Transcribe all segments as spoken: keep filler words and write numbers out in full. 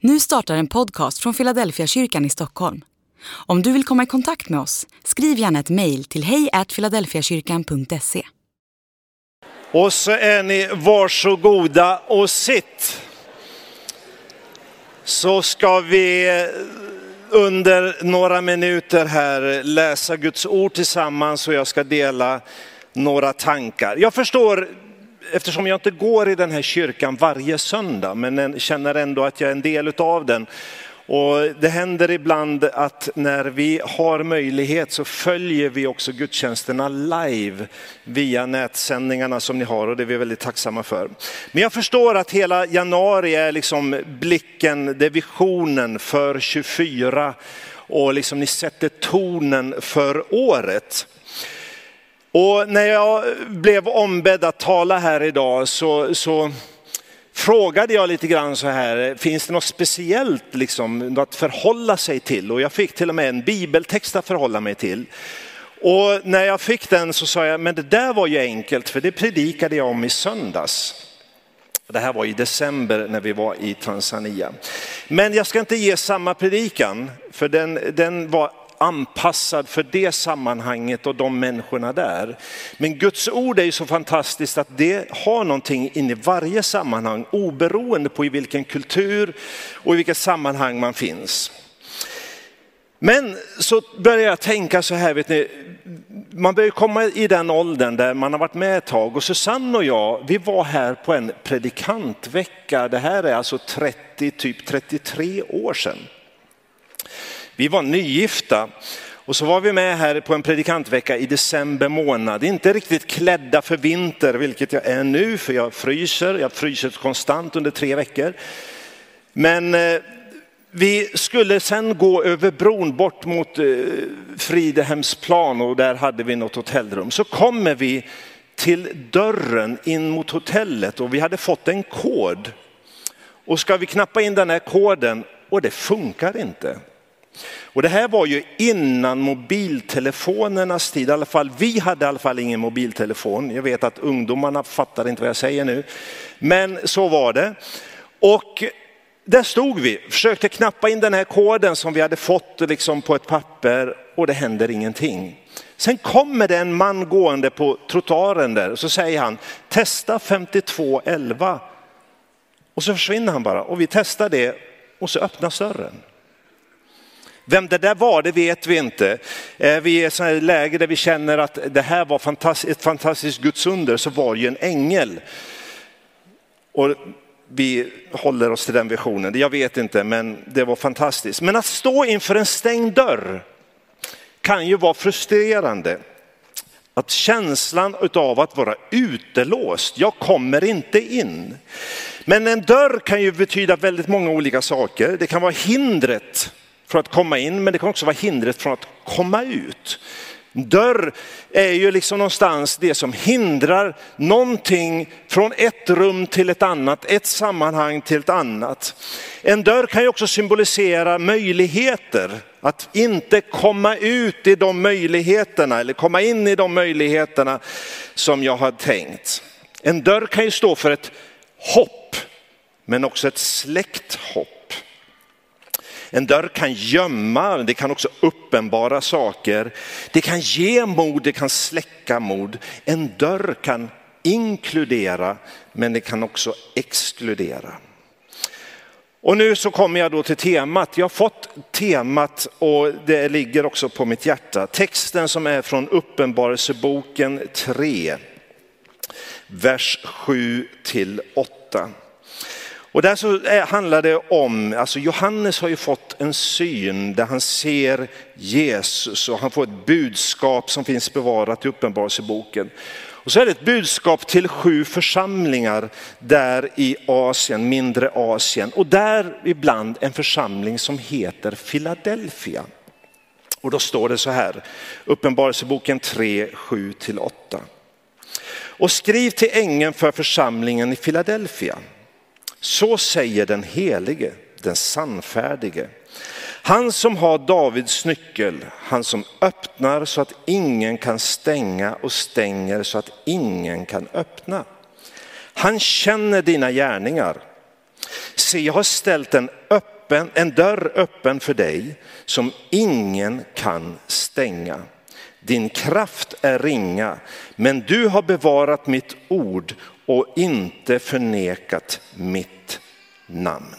Nu startar en podcast från Philadelphia kyrkan i Stockholm. Om du vill komma i kontakt med oss, skriv gärna ett mejl till hej at philadelphiakyrkan punkt se. Och så är ni varsågoda och sitt. Så ska vi under några minuter här läsa Guds ord tillsammans och jag ska dela några tankar. Jag förstår, eftersom jag inte går i den här kyrkan varje söndag, men känner ändå att jag är en del av den. Och det händer ibland att när vi har möjlighet så följer vi också gudstjänsterna live via nätsändningarna som ni har, och det är vi väldigt tacksamma för. Men jag förstår att hela januari är liksom blicken, det är visionen för tjugofyra, och liksom ni sätter tonen för året. Och när jag blev ombedd att tala här idag så, så frågade jag lite grann så här, finns det något speciellt liksom att förhålla sig till? Och jag fick till och med en bibeltext att förhålla mig till. Och när jag fick den så sa jag, men det där var ju enkelt, för det predikade jag om i söndags. Det här var i december när vi var i Tanzania. Men jag ska inte ge samma predikan, för den, den var anpassad för det sammanhanget och de människorna där. Men Guds ord är ju så fantastiskt att det har någonting in i varje sammanhang, oberoende på i vilken kultur och i vilket sammanhang man finns. Men så börjar jag tänka så här, vet ni, man börjar komma i den åldern där man har varit med ett tag. Och Susanne och jag, vi var här på en predikantvecka. Det här är alltså trettio, typ trettiotre år sedan. Vi var nygifta och så var vi med här på en predikantvecka i december månad. Inte riktigt klädda för vinter, vilket jag är nu, för jag fryser. Jag fryser konstant under tre veckor. Men eh, vi skulle sen gå över bron bort mot eh, Fridhemsplan, och där hade vi något hotellrum. Så kommer vi till dörren in mot hotellet och vi hade fått en kod. Och ska vi knappa in den här koden, och det funkar inte. Och det här var ju innan mobiltelefonernas tid. I alla fall, vi hade i alla fall ingen mobiltelefon. Jag vet att ungdomarna fattar inte vad jag säger nu. Men så var det. Och där stod vi, försökte knappa in den här koden som vi hade fått liksom på ett papper, och det händer ingenting. Sen kommer det en man gående på trottoaren där och så säger han, testa femtiotvå elva. Och så försvinner han bara, och vi testar det och så öppnas dörren. Vem det där var, det vet vi inte. Vi är i ett sådant här läge där vi känner att det här var ett fantastiskt Guds under, så var ju en ängel. Och vi håller oss till den visionen. Jag vet inte, men det var fantastiskt. Men att stå inför en stängd dörr kan ju vara frustrerande. Att känslan av att vara utelåst, jag kommer inte in. Men en dörr kan ju betyda väldigt många olika saker. Det kan vara hindret för att komma in, men det kan också vara hindret från att komma ut. Dörr är ju liksom någonstans det som hindrar någonting från ett rum till ett annat, ett sammanhang till ett annat. En dörr kan ju också symbolisera möjligheter, att inte komma ut i de möjligheterna eller komma in i de möjligheterna som jag har tänkt. En dörr kan ju stå för ett hopp, men också ett släkthopp. En dörr kan gömma, det kan också uppenbara saker. Det kan ge mod, det kan släcka mod. En dörr kan inkludera, men det kan också exkludera. Och nu så kommer jag då till temat. Jag har fått temat och det ligger också på mitt hjärta. Texten som är från Uppenbarelseboken tre, vers sju till åtta. Och där så handlar det om, alltså Johannes har ju fått en syn där han ser Jesus och han får ett budskap som finns bevarat i Uppenbarelseboken. Och så är det ett budskap till sju församlingar där i Asien, mindre Asien. Och där ibland en församling som heter Philadelphia. Och då står det så här, Uppenbarelseboken tre, sju till åtta. Och skriv till ängeln för församlingen i Philadelphia. Så säger den helige, den sannfärdige. Han som har Davids nyckel, han som öppnar så att ingen kan stänga och stänger så att ingen kan öppna. Han känner dina gärningar. Se, jag har ställt en öppen öppen, en dörr öppen för dig som ingen kan stänga. Din kraft är ringa, men du har bevarat mitt ord och inte förnekat mitt namn.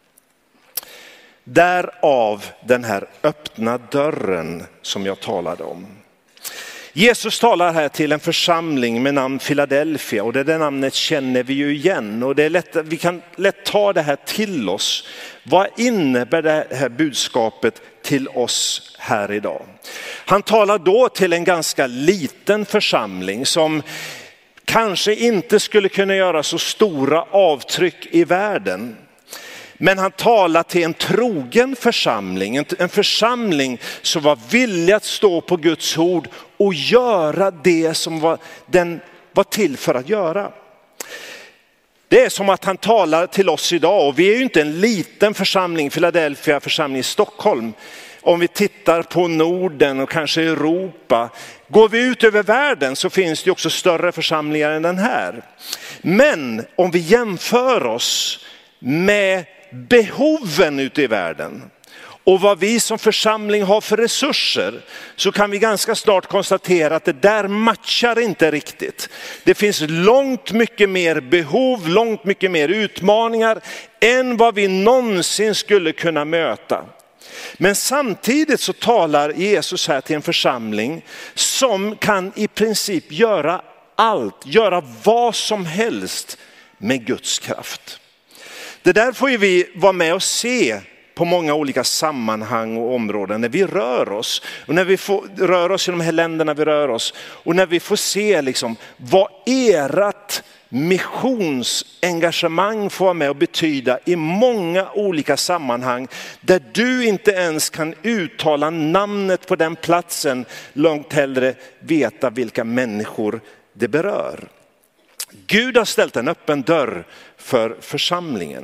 Därav den här öppna dörren som jag talade om. Jesus talar här till en församling med namn Philadelphia, och det där namnet känner vi ju igen, och det är lätt, vi kan lätt ta det här till oss. Vad innebär det här budskapet till oss här idag? Han talar då till en ganska liten församling som kanske inte skulle kunna göra så stora avtryck i världen. Men han talar till en trogen församling, en församling som var villig att stå på Guds ord och göra det som var, den var till för att göra. Det är som att han talar till oss idag, och vi är ju inte en liten församling, Philadelphia församling i Stockholm. Om vi tittar på Norden och kanske Europa, går vi ut över världen så finns det också större församlingar än den här. Men om vi jämför oss med behoven ute i världen och vad vi som församling har för resurser, så kan vi ganska snart konstatera att det där matchar inte riktigt. Det finns långt mycket mer behov, långt mycket mer utmaningar än vad vi någonsin skulle kunna möta. Men samtidigt så talar Jesus här till en församling som kan i princip göra allt, göra vad som helst med Guds kraft. Det där får ju vi vara med och se på många olika sammanhang och områden när vi rör oss. Och när vi får, rör oss i de här länderna vi rör oss. Och när vi får se liksom vad ert missionsengagemang får vara med och betyda i många olika sammanhang. Där du inte ens kan uttala namnet på den platsen, långt hellre veta vilka människor det berör. Gud har ställt en öppen dörr för församlingen.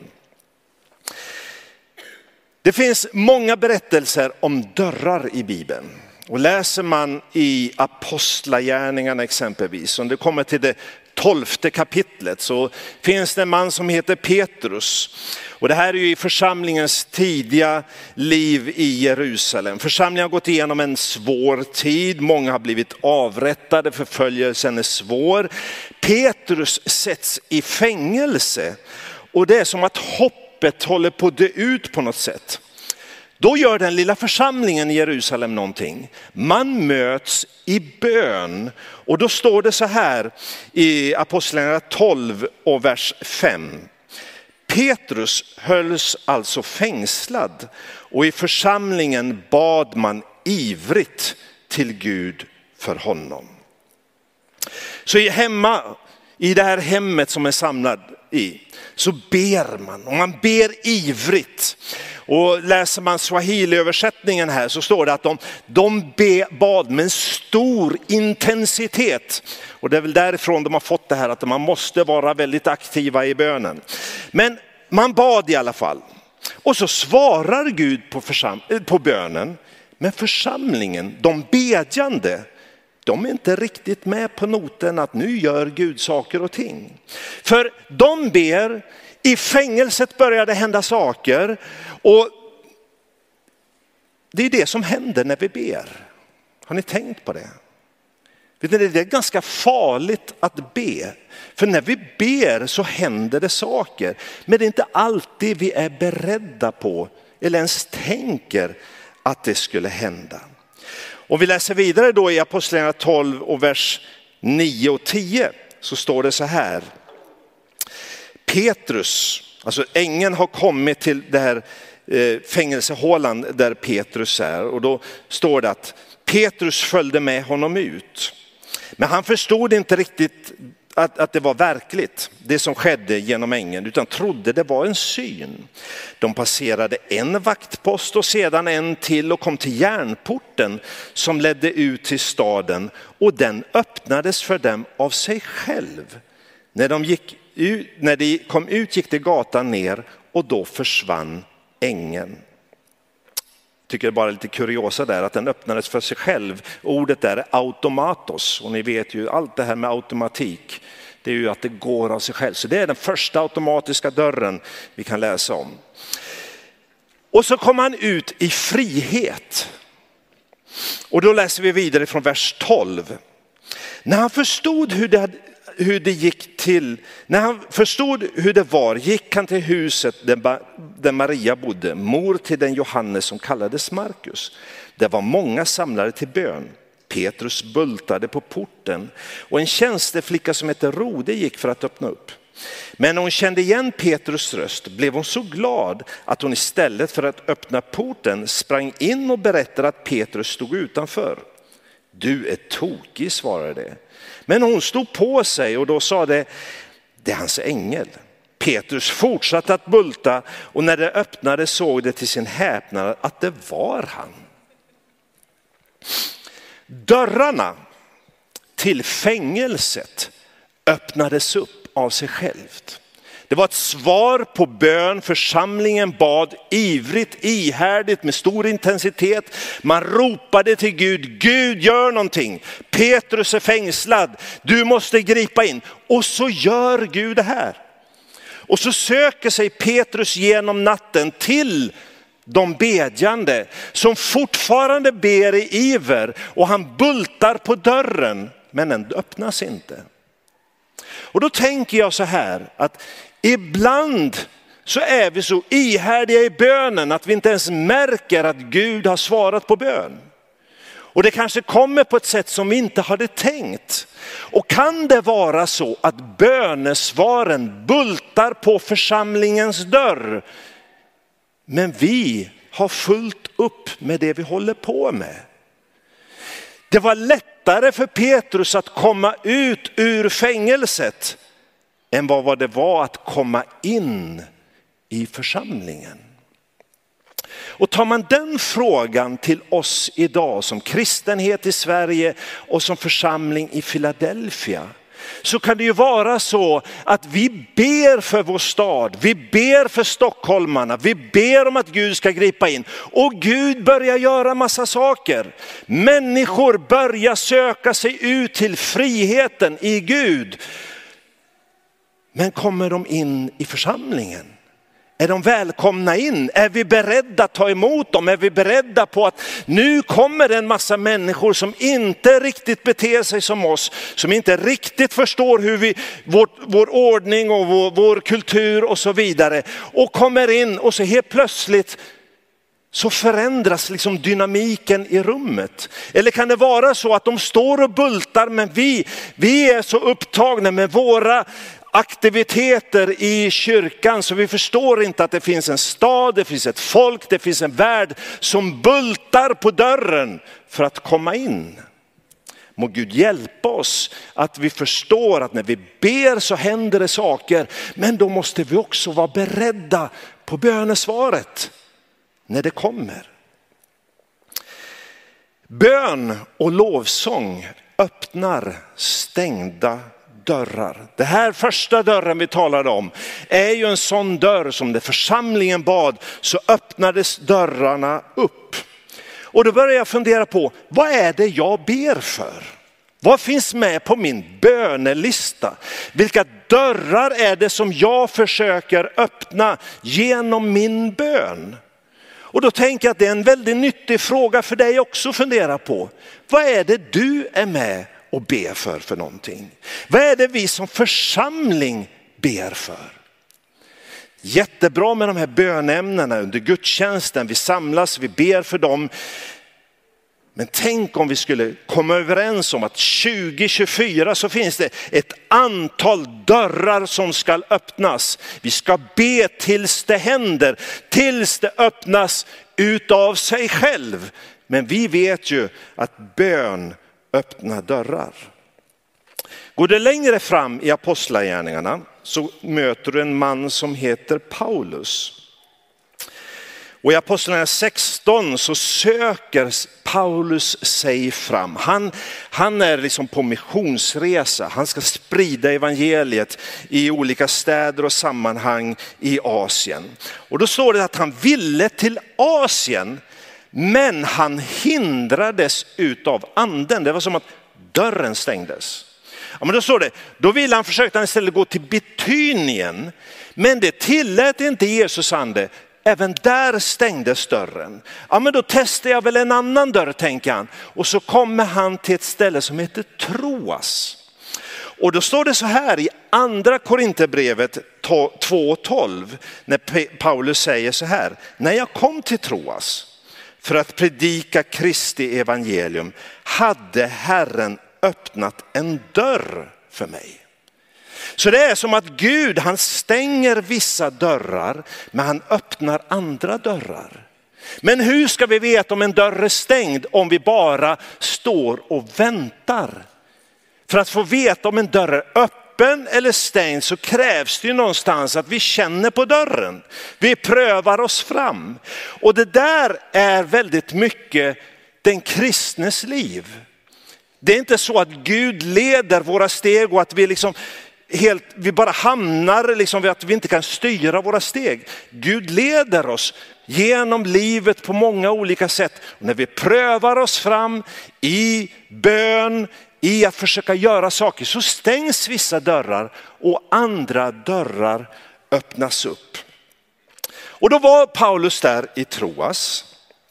Det finns många berättelser om dörrar i Bibeln. Och läser man i Apostlagärningarna exempelvis, om det kommer till det tolfte kapitlet, så finns det en man som heter Petrus. Och det här är ju i församlingens tidiga liv i Jerusalem. Församlingen har gått igenom en svår tid. Många har blivit avrättade, förföljelsen är svår. Petrus sätts i fängelse, och det är som att hoppet håller på att dö ut på något sätt. Då gör den lilla församlingen i Jerusalem någonting. Man möts i bön. Och då står det så här i Apostlagärningarna tolv och vers fem. Petrus hölls alltså fängslad, och i församlingen bad man ivrigt till Gud för honom. Så i hemma, i det här hemmet som är samlad i, så ber man, och man ber ivrigt. Och läser man Swahili-översättningen här så står det att de, de be, bad med en stor intensitet. Och det är väl därifrån de har fått det här att man måste vara väldigt aktiva i bönen. Men man bad i alla fall. Och så svarar Gud på, försam- på bönen. Men församlingen, de bedjande, de är inte riktigt med på noten att nu gör Gud saker och ting. För de ber, i fängelset börjar det hända saker, och det är det som händer när vi ber. Har ni tänkt på det? Vet ni, det är ganska farligt att be. För när vi ber så händer det saker. Men det är inte alltid vi är beredda på eller ens tänker att det skulle hända. Om vi läser vidare då i Apostlagärningarna tolv och vers nio och tio, så står det så här. Petrus, alltså ängeln har kommit till det här fängelsehålan där Petrus är, och då står det att Petrus följde med honom ut. Men han förstod inte riktigt att, att det var verkligt, det som skedde genom ängeln, utan trodde det var en syn. De passerade en vaktpost och sedan en till och kom till järnporten som ledde ut till staden, och den öppnades för dem av sig själv. När de, gick ut, när de kom ut gick det gatan ner, och då försvann ängeln. Jag tycker det är bara lite kuriosa där att den öppnades för sig själv. Ordet där är automatos, och ni vet ju allt det här med automatik, det är ju att det går av sig själv. Så det är den första automatiska dörren vi kan läsa om. Och så kom han ut i frihet. Och då läser vi vidare från vers tolv. När han förstod hur det, hade, hur det gick till, när han förstod hur det var, gick han till huset där, där Maria bodde, mor till den Johannes som kallades Markus. Det var många samlade till bön. Petrus bultade på porten och en tjänsteflicka som hette Rode gick för att öppna upp. Men när hon kände igen Petrus röst blev hon så glad att hon istället för att öppna porten sprang in och berättade att Petrus stod utanför. Du är tokig, svarade det. Men hon stod på sig och då sa det, det är hans ängel. Petrus fortsatte att bulta och när det öppnade såg det till sin häpnad att det var han. Dörrarna till fängelset öppnades upp av sig självt. Det var ett svar på bön. Församlingen bad ivrigt, ihärdigt, med stor intensitet. Man ropade till Gud, Gud gör någonting. Petrus är fängslad, du måste gripa in. Och så gör Gud det här. Och så söker sig Petrus genom natten till de bedjande som fortfarande ber i iver. Och han bultar på dörren, men den öppnas inte. Och då tänker jag så här, att ibland så är vi så ihärdiga i bönen att vi inte ens märker att Gud har svarat på bön. Och det kanske kommer på ett sätt som vi inte hade tänkt. Och kan det vara så att bönesvaren bultar på församlingens dörr, men vi har fullt upp med det vi håller på med? Det var lättare för Petrus att komma ut ur fängelset än vad det var att komma in i församlingen. Och tar man den frågan till oss idag som kristenhet i Sverige och som församling i Philadelphia, så kan det ju vara så att vi ber för vår stad, vi ber för stockholmarna, vi ber om att Gud ska gripa in. Och Gud börjar göra massa saker. Människor börjar söka sig ut till friheten i Gud. Men kommer de in i församlingen? Är de välkomna in? Är vi beredda att ta emot dem? Är vi beredda på att nu kommer en massa människor som inte riktigt beter sig som oss, som inte riktigt förstår hur vi, vår, vår ordning och vår, vår kultur och så vidare, och kommer in och så helt plötsligt så förändras liksom dynamiken i rummet. Eller kan det vara så att de står och bultar, men vi, vi är så upptagna med våra aktiviteter i kyrkan så vi förstår inte att det finns en stad, det finns ett folk, det finns en värld som bultar på dörren för att komma in. Må Gud hjälpa oss att vi förstår att när vi ber så händer det saker, men då måste vi också vara beredda på bönesvaret när det kommer. Bön och lovsång öppnar stängda dörrar. Det här första dörren vi talade om är ju en sån dörr som när församlingen bad så öppnades dörrarna upp. Och då börjar jag fundera på, vad är det jag ber för? Vad finns med på min bönelista? Vilka dörrar är det som jag försöker öppna genom min bön? Och då tänker jag att det är en väldigt nyttig fråga för dig också att fundera på. Vad är det du är med och ber för för någonting? Vad är det vi som församling ber för? Jättebra med de här bönämnena under gudstjänsten. Vi samlas, vi ber för dem. Men tänk om vi skulle komma överens om att tjugo tjugofyra så finns det ett antal dörrar som ska öppnas. Vi ska be tills det händer, tills det öppnas utav sig själv. Men vi vet ju att bön öppnar dörrar. Går det längre fram i apostlagärningarna så möter du en man som heter Paulus. Och i Apostlagärningarna sexton så söker Paulus sig fram. Han, han är liksom på missionsresa. Han ska sprida evangeliet i olika städer och sammanhang i Asien. Och då står det att han ville till Asien, men han hindrades utav anden. Det var som att dörren stängdes. Ja, men då står det, då ville han försökte han istället gå till Betynien. Men det tillät inte Jesus ande. även där stängdes dörren. Ja, men då testar jag väl en annan dörr, tänker han. Och så kommer han till ett ställe som heter Troas. Och då står det så här i andra Korinthierbrevet två tolv, när Paulus säger så här: när jag kom till Troas för att predika Kristi evangelium hade Herren öppnat en dörr för mig. Så det är som att Gud, han stänger vissa dörrar, men han öppnar andra dörrar. Men hur ska vi veta om en dörr är stängd om vi bara står och väntar? För att få veta om en dörr är öppen eller stängd så krävs det ju någonstans att vi känner på dörren. Vi prövar oss fram. Och det där är väldigt mycket den kristnes liv. Det är inte så att Gud leder våra steg och att vi liksom helt, vi bara hamnar liksom vid att vi inte kan styra våra steg. Gud leder oss genom livet på många olika sätt. Och när vi prövar oss fram i bön, i att försöka göra saker, så stängs vissa dörrar och andra dörrar öppnas upp. Och då var Paulus där i Troas.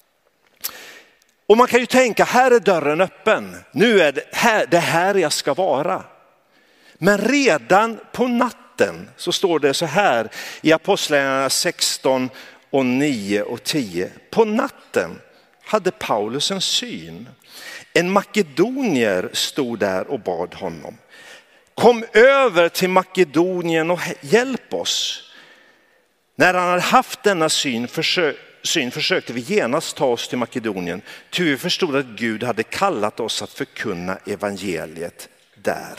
Och man kan ju tänka, här är dörren öppen. Nu är det här, det här jag ska vara. Men redan på natten så står det så här i Apostlagärningarna sexton och nio och tio. På natten hade Paulus en syn. En makedonier stod där och bad honom: kom över till Makedonien och hjälp oss. När han hade haft denna syn, försö- syn försökte vi genast ta oss till Makedonien. Ty vi förstod att Gud hade kallat oss att förkunna evangeliet där.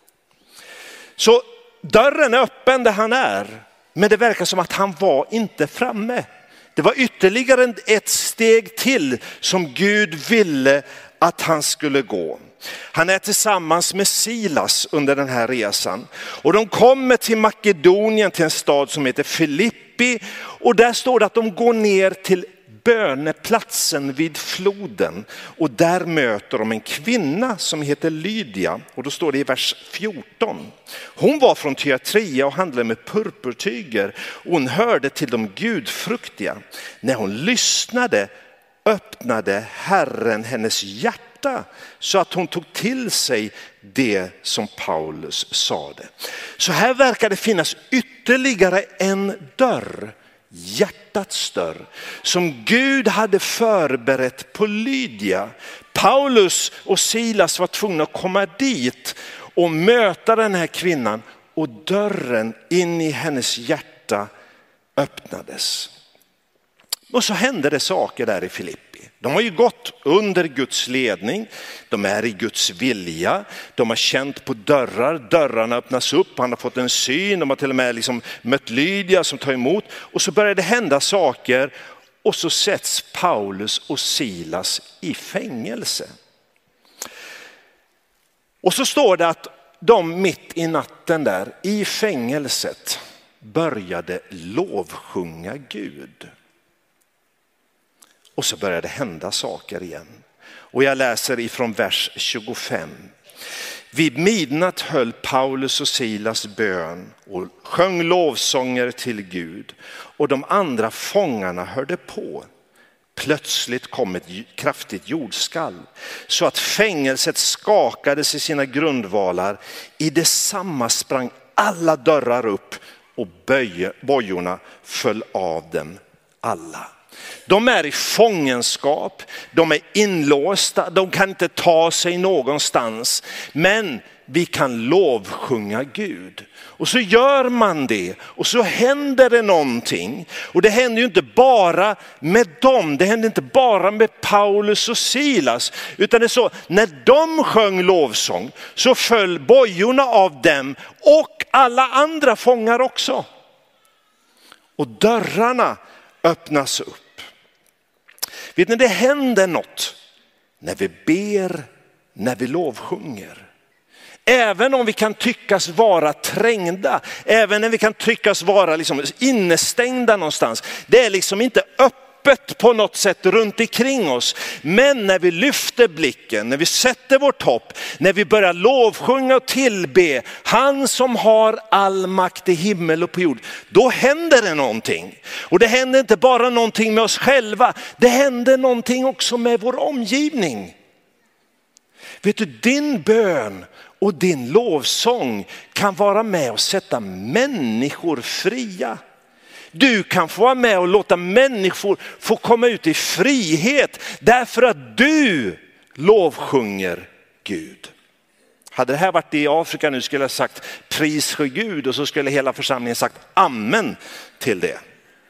Så dörren är öppen där han är, men det verkar som att han var inte framme. Det var ytterligare ett steg till som Gud ville att han skulle gå. Han är tillsammans med Silas under den här resan. Och de kommer till Makedonien, till en stad som heter Filippi. Och där står det att de går ner till böneplatsen vid floden. Och där möter de en kvinna som heter Lydia. Och då står det i vers fjorton. Hon var från Thyatira och handlade med purpurtyger. Och hon hörde till de gudfruktiga. När hon lyssnade öppnade Herren hennes hjärta så att hon tog till sig det som Paulus sade. Så här verkar det finnas ytterligare en dörr, hjärtats dörr, som Gud hade förberett på Lydia. Paulus och Silas var tvungna att komma dit och möta den här kvinnan, och dörren in i hennes hjärta öppnades. Och så hände det saker där i Filippi. De har ju gått under Guds ledning. De är i Guds vilja. De har känt på dörrar. Dörrarna öppnas upp. Han har fått en syn. De har till och med liksom mött Lydia som tar emot. Och så börjar det hända saker. Och så sätts Paulus och Silas i fängelse. Och så står det att de mitt i natten där i fängelset började lovsjunga Gud. Och så började det hända saker igen. Och jag läser ifrån vers tjugofem. Vid midnatt höll Paulus och Silas bön och sjöng lovsånger till Gud. Och de andra fångarna hörde på. Plötsligt kom ett kraftigt jordskalv så att fängelset skakades i sina grundvalar. I detsamma sprang alla dörrar upp och bojorna föll av dem alla. De är i fångenskap, de är inlåsta, de kan inte ta sig någonstans. Men vi kan lovsjunga Gud. Och så gör man det och så händer det någonting. Och det händer ju inte bara med dem, det händer inte bara med Paulus och Silas. Utan det är så, när de sjöng lovsång så föll bojorna av dem och alla andra fångar också. Och dörrarna öppnas upp. Vet ni, det händer något när vi ber, när vi lovsjunger. Även om vi kan tyckas vara trängda, även när vi kan tyckas vara liksom innestängda någonstans. Det är liksom inte öppet öppet på något sätt runt omkring oss. Men när vi lyfter blicken, när vi sätter vårt hopp, när vi börjar lovsjunga och tillbe han som har all makt i himmel och på jord, då händer det någonting. Och det händer inte bara någonting med oss själva, det händer någonting också med vår omgivning. Vet du, din bön och din lovsång kan vara med och sätta människor fria. Du kan få vara med och låta människor få komma ut i frihet därför att du lovsjunger Gud. Hade det här varit i Afrika nu skulle jag sagt pris för Gud och så skulle hela församlingen sagt amen till det.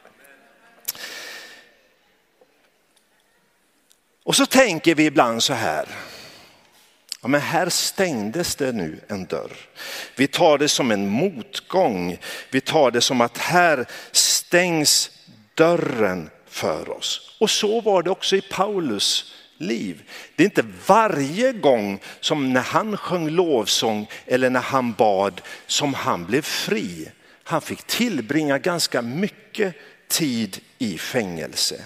Och så tänker vi ibland så här. Ja, men här stängdes det nu en dörr. Vi tar det som en motgång. Vi tar det som att här stängs dörren för oss. Och så var det också i Paulus liv. Det är inte varje gång som när han sjöng lovsång eller när han bad som han blev fri. Han fick tillbringa ganska mycket tid i fängelse.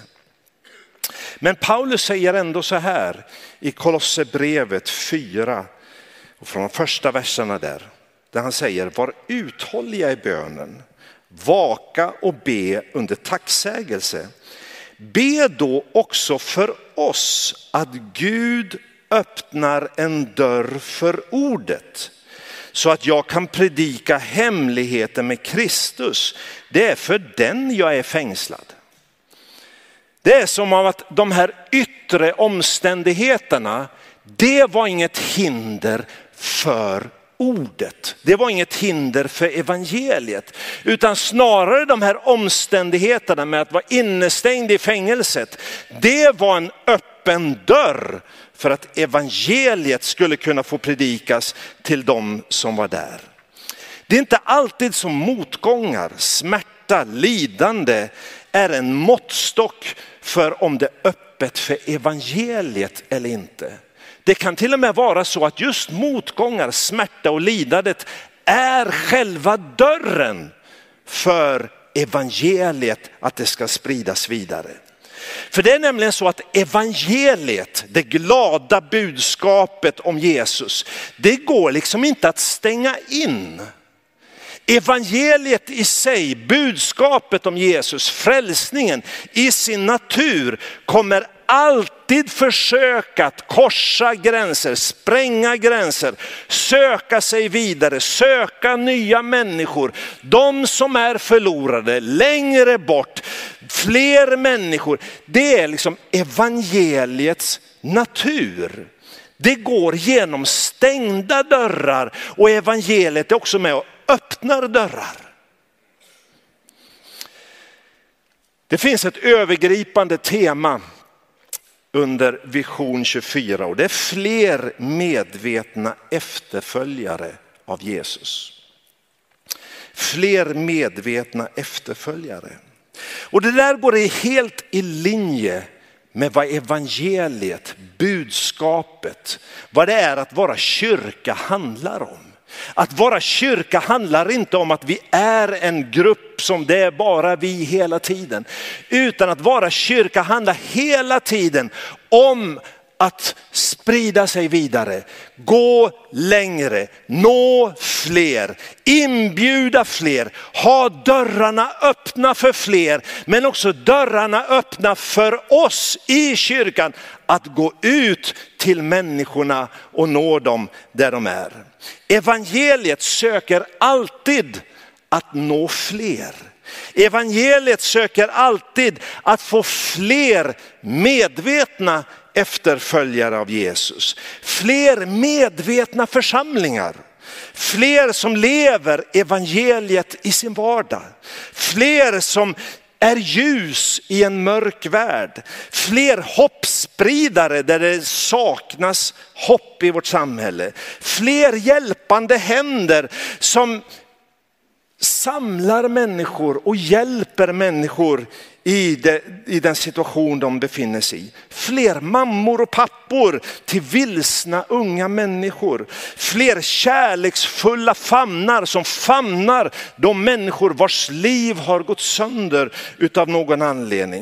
Men Paulus säger ändå så här i Kolosserbrevet fyra och från de första verserna där. Där han säger var uthålliga i bönen, vaka och be under tacksägelse. Be då också för oss att Gud öppnar en dörr för ordet. Så att jag kan predika hemligheten med Kristus. Det är för den jag är fängslad. Det är som att de här yttre omständigheterna, det var inget hinder för ordet. Det var inget hinder för evangeliet. Utan snarare de här omständigheterna med att vara innestängd i fängelset. Det var en öppen dörr för att evangeliet skulle kunna få predikas till de som var där. Det är inte alltid som motgångar, smärta, lidande är en måttstock för om det är öppet för evangeliet eller inte. Det kan till och med vara så att just motgångar, smärta och lidandet är själva dörren för evangeliet att det ska spridas vidare. För det är nämligen så att evangeliet, det glada budskapet om Jesus, det går liksom inte att stänga in. Evangeliet i sig, budskapet om Jesus, frälsningen i sin natur kommer alltid försöka att korsa gränser, spränga gränser, söka sig vidare, söka nya människor. De som är förlorade, längre bort, fler människor. Det är liksom evangeliets natur. Det går genom stängda dörrar och evangeliet är också med och öppnar dörrar. Det finns ett övergripande tema under vision tjugofyra och det är fler medvetna efterföljare av Jesus. Fler medvetna efterföljare. Och det där går helt i linje med vad evangeliet, budskapet, vad det är att vara kyrka handlar om. Att vara kyrka handlar inte om att vi är en grupp som det är bara vi hela tiden. Utan att vara kyrka handlar hela tiden om att sprida sig vidare, gå längre, nå fler, inbjuda fler, ha dörrarna öppna för fler, men också dörrarna öppna för oss i kyrkan att gå ut till människorna och nå dem där de är. Evangeliet söker alltid att nå fler. Evangeliet söker alltid att få fler medvetna efterföljare av Jesus. Fler medvetna församlingar. Fler som lever evangeliet i sin vardag. Fler som är ljus i en mörk värld. Fler hoppspridare där det saknas hopp i vårt samhälle. Fler hjälpande händer som samlar människor och hjälper människor i, det, i den situation de befinner sig i. Fler mammor och pappor till vilsna unga människor. Fler kärleksfulla famnar som famnar de människor vars liv har gått sönder utav någon anledning.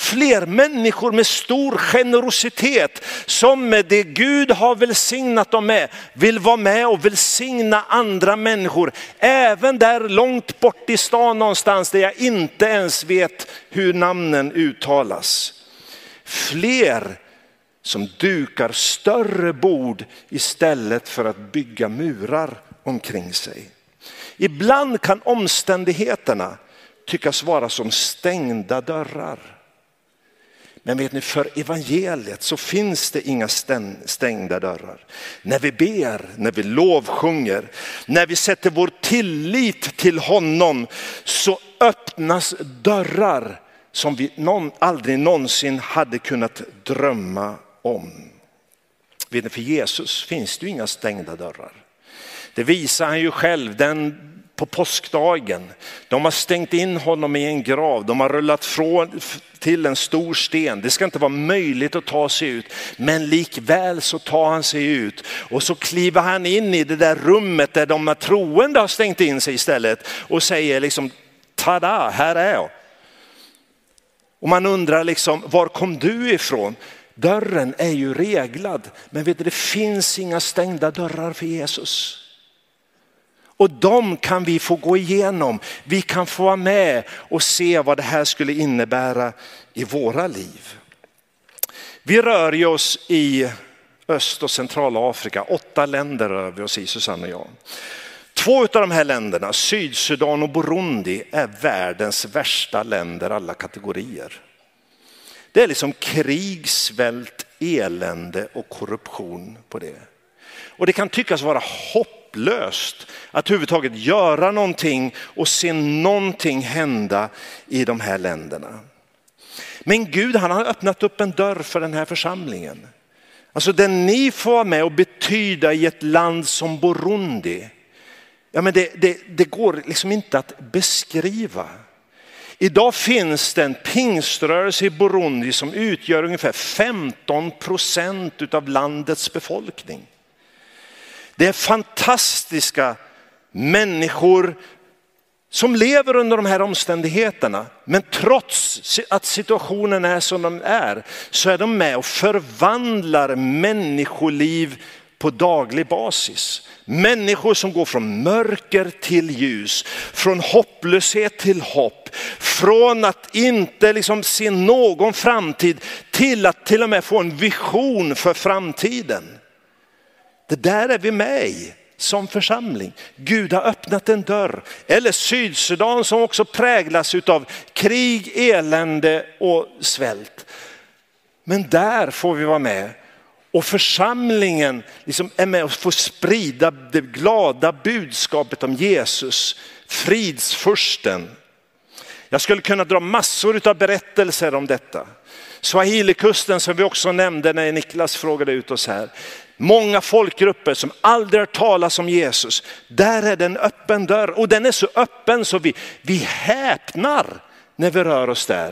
fler människor med stor generositet som med det Gud har välsignat dem med vill vara med och välsigna andra människor. Även där långt bort i stan någonstans där jag inte ens vet hur namnen uttalas. Fler som dukar större bord istället för att bygga murar omkring sig. Ibland kan omständigheterna tyckas vara som stängda dörrar. Men vet ni, för evangeliet så finns det inga stängda dörrar. När vi ber, när vi lovsjunger, när vi sätter vår tillit till honom, så öppnas dörrar som vi någon, aldrig någonsin hade kunnat drömma om. Vet ni, för Jesus finns det ju inga stängda dörrar. Det visar han ju själv den på påskdagen. De har stängt in honom i en grav. De har rullat från till en stor sten. Det ska inte vara möjligt att ta sig ut. Men likväl så tar han sig ut. Och så kliver han in i det där rummet där de troende har stängt in sig istället. Och säger liksom, tada, här är jag. Och man undrar liksom, var kom du ifrån? Dörren är ju reglad. Men vet du, det finns inga stängda dörrar för Jesus. Och de kan vi få gå igenom. Vi kan få vara med och se vad det här skulle innebära i våra liv. Vi rör ju oss i Öst- och Centralafrika. Åtta länder rör vi oss i, Susanne och jag. Två av de här länderna, Sydsudan och Burundi, är världens värsta länder alla kategorier. Det är liksom krig, svält, elände och korruption på det. Och det kan tyckas vara hopplöst att överhuvudtaget göra någonting och se någonting hända i de här länderna. Men Gud, han har öppnat upp en dörr för den här församlingen. Alltså den ni får vara med och betyda i ett land som Burundi. Ja, men det, det, det går liksom inte att beskriva. Idag finns det en pingströrelse i Burundi som utgör ungefär femton procent av landets befolkning. Det är fantastiska människor som lever under de här omständigheterna. Men trots att situationen är som den är, så är de med och förvandlar människoliv på daglig basis. Människor som går från mörker till ljus, från hopplöshet till hopp, från att inte liksom se någon framtid till att till och med få en vision för framtiden. Det där är vi med i som församling. Gud har öppnat en dörr. Eller Sydsudan som också präglas av krig, elände och svält. Men där får vi vara med. Och församlingen liksom är med och får sprida det glada budskapet om Jesus, fridsfursten. Jag skulle kunna dra massor av berättelser om detta. Swahili-kusten som vi också nämnde när Niklas frågade ut oss här. Många folkgrupper som aldrig har talat om Jesus. Där är det en öppen dörr. Och den är så öppen så vi, vi häpnar när vi rör oss där.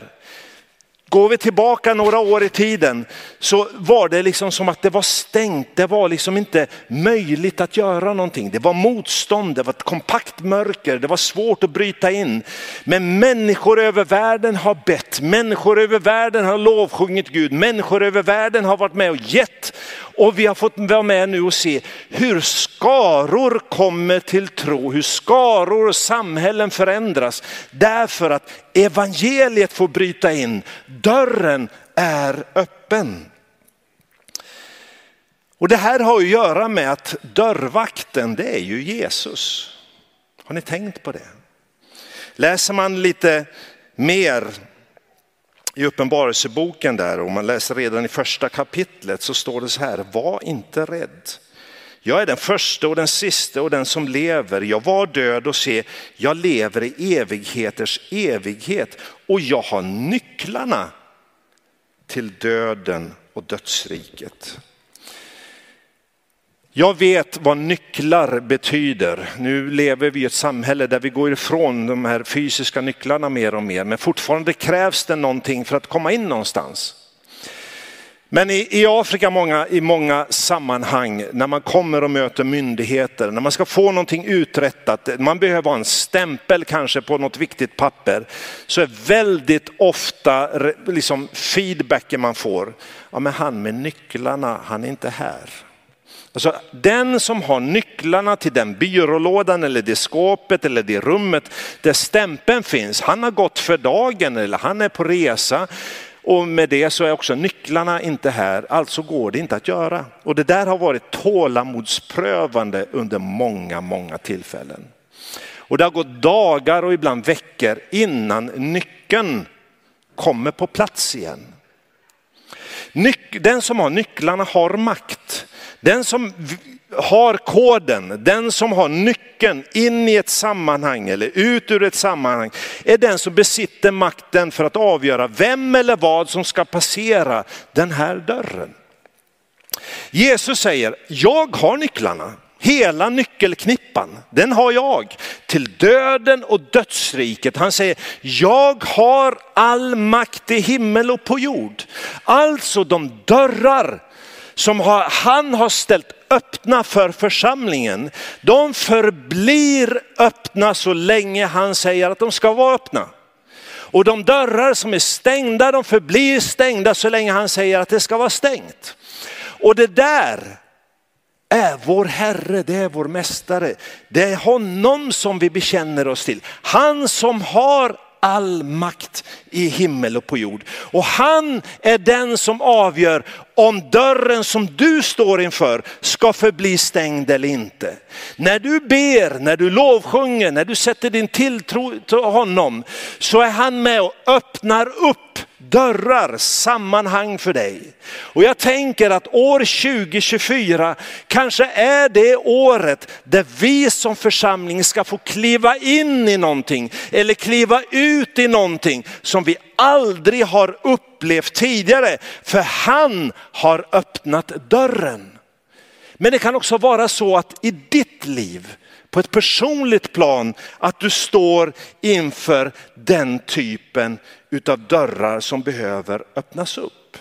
Går vi tillbaka några år i tiden så var det liksom som att det var stängt. Det var liksom inte möjligt att göra någonting. Det var motstånd, det var ett kompakt mörker. Det var svårt att bryta in. Men människor över världen har bett. Människor över världen har lovsjungit Gud. Människor över världen har varit med och gett. Och vi har fått vara med nu och se hur skaror kommer till tro. Hur skaror och samhällen förändras. Därför att evangeliet får bryta in. Dörren är öppen. Och det här har att göra med att dörrvakten, det är ju Jesus. Har ni tänkt på det? Läser man lite mer i Uppenbarelseboken där, och man läser redan i första kapitlet, så står det så här: var inte rädd. Jag är den första och den sista och den som lever. Jag var död och se, jag lever i evigheters evighet. Och jag har nycklarna till döden och dödsriket. Jag vet vad nycklar betyder. Nu lever vi i ett samhälle där vi går ifrån de här fysiska nycklarna mer och mer. Men fortfarande krävs det någonting för att komma in någonstans. Men i, i Afrika många, i många sammanhang när man kommer och möter myndigheter, när man ska få någonting uträttat, man behöver ha en stämpel kanske på något viktigt papper, så är väldigt ofta liksom feedbacken man får, ja men han med nycklarna, han är inte här. Alltså den som har nycklarna till den byrålådan eller det skåpet eller det rummet där stämpeln finns, han har gått för dagen eller han är på resa. Och med det så är också nycklarna inte här, alltså går det inte att göra. Och det där har varit tålamodsprövande under många, många tillfällen. Och det har gått dagar och ibland veckor innan nyckeln kommer på plats igen. Nyc- den som har nycklarna har makt. Den som har koden, den som har nyckeln in i ett sammanhang eller ut ur ett sammanhang, är den som besitter makten för att avgöra vem eller vad som ska passera den här dörren. Jesus säger, jag har nycklarna, hela nyckelknippan, den har jag till döden och dödsriket. Han säger, jag har all makt i himmel och på jord. Alltså de dörrar som har, han har ställt öppna för församlingen, de förblir öppna så länge han säger att de ska vara öppna. Och de dörrar som är stängda, de förblir stängda så länge han säger att det ska vara stängt. Och det där är vår Herre, det är vår mästare. Det är honom som vi bekänner oss till. Han som har all makt i himmel och på jord. Och han är den som avgör om dörren som du står inför ska förbli stängd eller inte. När du ber, när du lovsjunger, när du sätter din tilltro till honom, så är han med och öppnar upp dörrar, sammanhang för dig. Och jag tänker att år tjugo tjugofyra kanske är det året där vi som församling ska få kliva in i någonting eller kliva ut i någonting som vi aldrig har upplevt tidigare, för han har öppnat dörren. Men det kan också vara så att i ditt liv, på ett personligt plan, att du står inför den typen utav dörrar som behöver öppnas upp.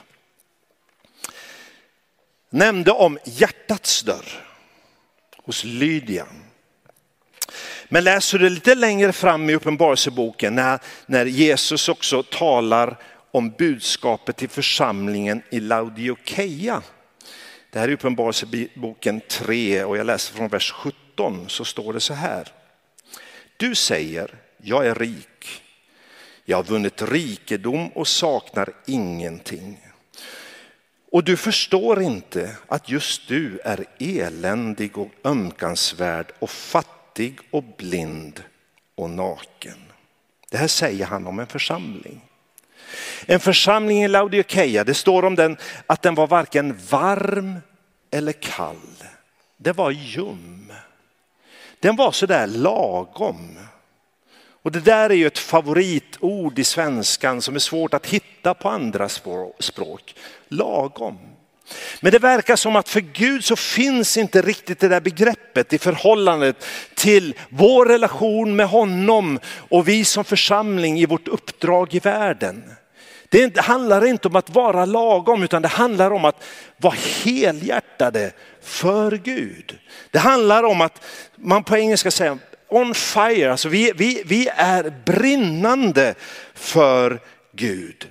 Nämnde om hjärtats dörr hos Lydia. Men läser du lite längre fram i Uppenbarelseboken när, när Jesus också talar om budskapet till församlingen i Laodikeia. Det här är Uppenbarelseboken tre och jag läser från vers sjutton, så står det så här. Du säger, jag är rik. Jag har vunnit rikedom och saknar ingenting. Och du förstår inte att just du är eländig och ömkansvärd och fattig och blind och naken. Det här säger han om en församling. En församling i Laodikeia, det står om den att den var varken varm eller kall. Det var ljum. Den var så där lagom. Och det där är ju ett favoritord i svenskan som är svårt att hitta på andra språk. Lagom. Men det verkar som att för Gud så finns inte riktigt det där begreppet i förhållandet till vår relation med honom och vi som församling i vårt uppdrag i världen. Det handlar inte om att vara lagom, utan det handlar om att vara helhjärtade för Gud. Det handlar om att man på engelska säger on fire, alltså vi, vi, vi är brinnande för Gud.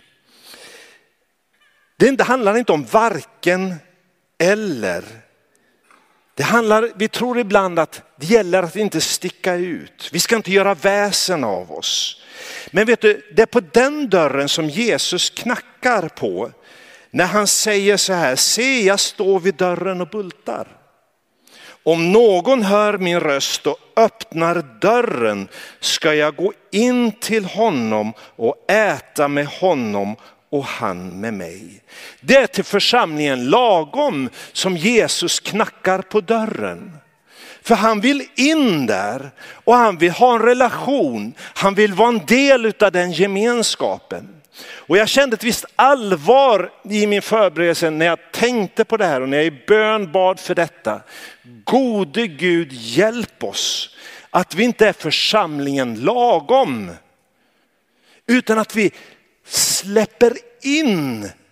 Det handlar inte om varken eller. Det handlar, vi tror ibland att det gäller att inte sticka ut. Vi ska inte göra väsen av oss. Men vet du, det är på den dörren som Jesus knackar på när han säger så här: se, jag står vid dörren och bultar. Om någon hör min röst och öppnar dörren ska jag gå in till honom och äta med honom och han med mig. Det är till församlingen lagom som Jesus knackar på dörren. För han vill in där och han vill ha en relation. Han vill vara en del av den gemenskapen. Och jag kände ett visst allvar i min förberedelse när jag tänkte på det här och när jag i bön bad för detta. Gode Gud, hjälp oss att vi inte är församlingen lagom, utan att vi släpper in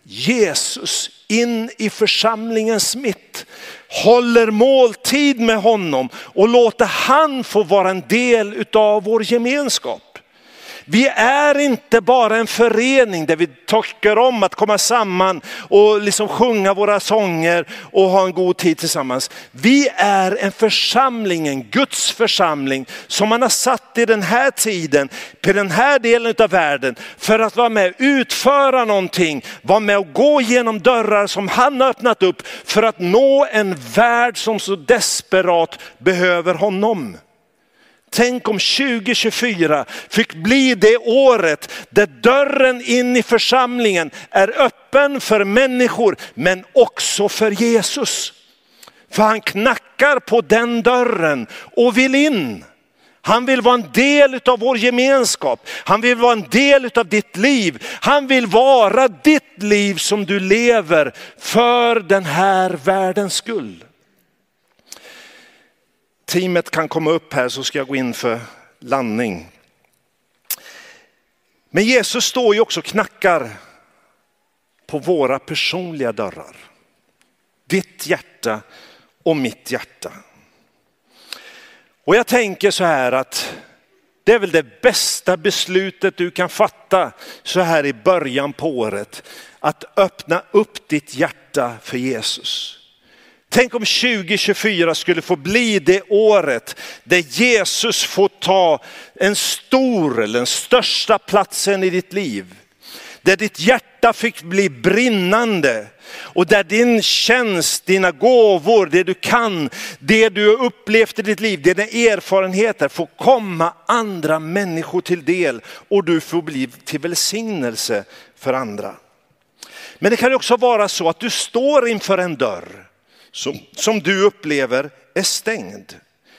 Jesus in i församlingens mitt, håller måltid med honom och låter han få vara en del utav vår gemenskap. Vi är inte bara en förening där vi tycker om att komma samman och liksom sjunga våra sånger och ha en god tid tillsammans. Vi är en församling, en Guds församling som man har satt i den här tiden, på den här delen av världen, för att vara med och utföra någonting, vara med och gå genom dörrar som han har öppnat upp för att nå en värld som så desperat behöver honom. Tänk om tjugo tjugofyra fick bli det året där dörren in i församlingen är öppen för människor, men också för Jesus. För han knackar på den dörren och vill in. Han vill vara en del av vår gemenskap. Han vill vara en del av ditt liv. Han vill vara ditt liv som du lever för den här världens skull. Teamet kan komma upp här så ska jag gå in för landning. Men Jesus står ju också och knackar på våra personliga dörrar. Ditt hjärta och mitt hjärta. Och jag tänker så här att det är väl det bästa beslutet du kan fatta så här i början på året. Att öppna upp ditt hjärta för Jesus. Tänk om tjugo tjugofyra skulle få bli det året där Jesus får ta en stor eller den största platsen i ditt liv. Där ditt hjärta fick bli brinnande och där din tjänst, dina gåvor, det du kan, det du har upplevt i ditt liv, dina erfarenheter får komma andra människor till del och du får bli till välsignelse för andra. Men det kan ju också vara så att du står inför en dörr Som, som du upplever är stängd.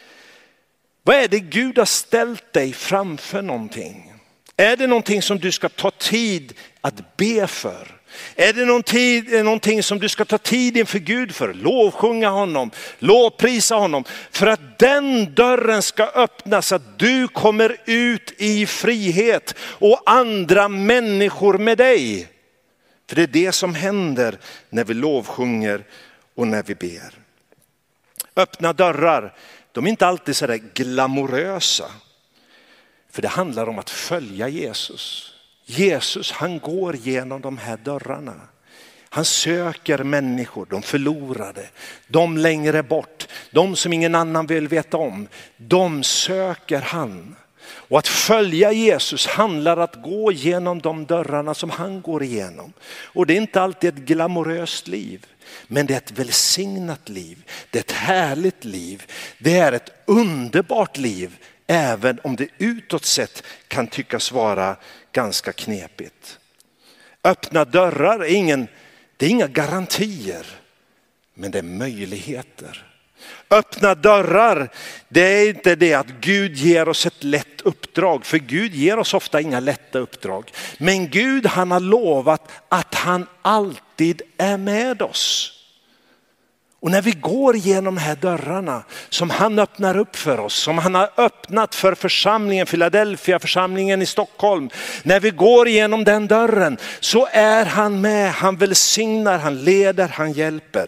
Vad är det Gud har ställt dig framför någonting? Är det någonting som du ska ta tid att be för? Är det någonting, någonting som du ska ta tid inför Gud för? Lovsjunga honom, lovprisa honom. För att den dörren ska öppnas så att du kommer ut i frihet och andra människor med dig. För det är det som händer när vi lovsjunger och när vi ber. Öppna dörrar, de är inte alltid så där glamorösa. För det handlar om att följa Jesus. Jesus, han går genom de här dörrarna. Han söker människor, de förlorade, de längre bort, de som ingen annan vill veta om. De söker han. Och att följa Jesus handlar att gå genom de dörrarna som han går igenom. Och det är inte alltid ett glamoröst liv. Men det är ett välsignat liv. Det är ett härligt liv. Det är ett underbart liv. Även om det utåt sett kan tyckas vara ganska knepigt. Öppna dörrar är ingen, det är inga garantier. Men det är möjligheter. Öppna dörrar, det är inte det att Gud ger oss ett lätt uppdrag. För Gud ger oss ofta inga lätta uppdrag. Men Gud, han har lovat att han alltid är med oss. Och när vi går igenom de här dörrarna som han öppnar upp för oss, som han har öppnat för församlingen, Philadelphia, församlingen i Stockholm. När vi går igenom den dörren så är han med, han välsignar, han leder, han hjälper.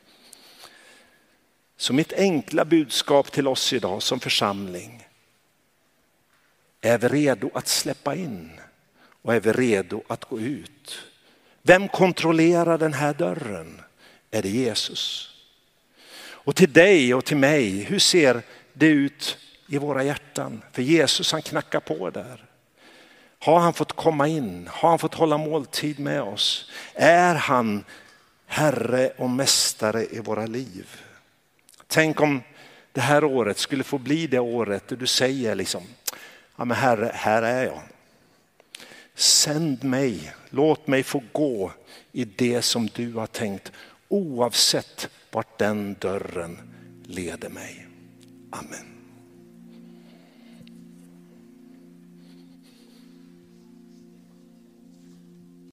Så mitt enkla budskap till oss idag som församling. Är vi redo att släppa in? Och är vi redo att gå ut? Vem kontrollerar den här dörren? Är det Jesus? Och till dig och till mig, hur ser det ut i våra hjärtan? För Jesus, han knackar på där. Har han fått komma in? Har han fått hålla måltid med oss? Är han Herre och mästare i våra liv? Tänk om det här året skulle få bli det året där du säger liksom, ja men Herre, här är jag. Sänd mig, låt mig få gå i det som du har tänkt, oavsett vart den dörren leder mig. Amen.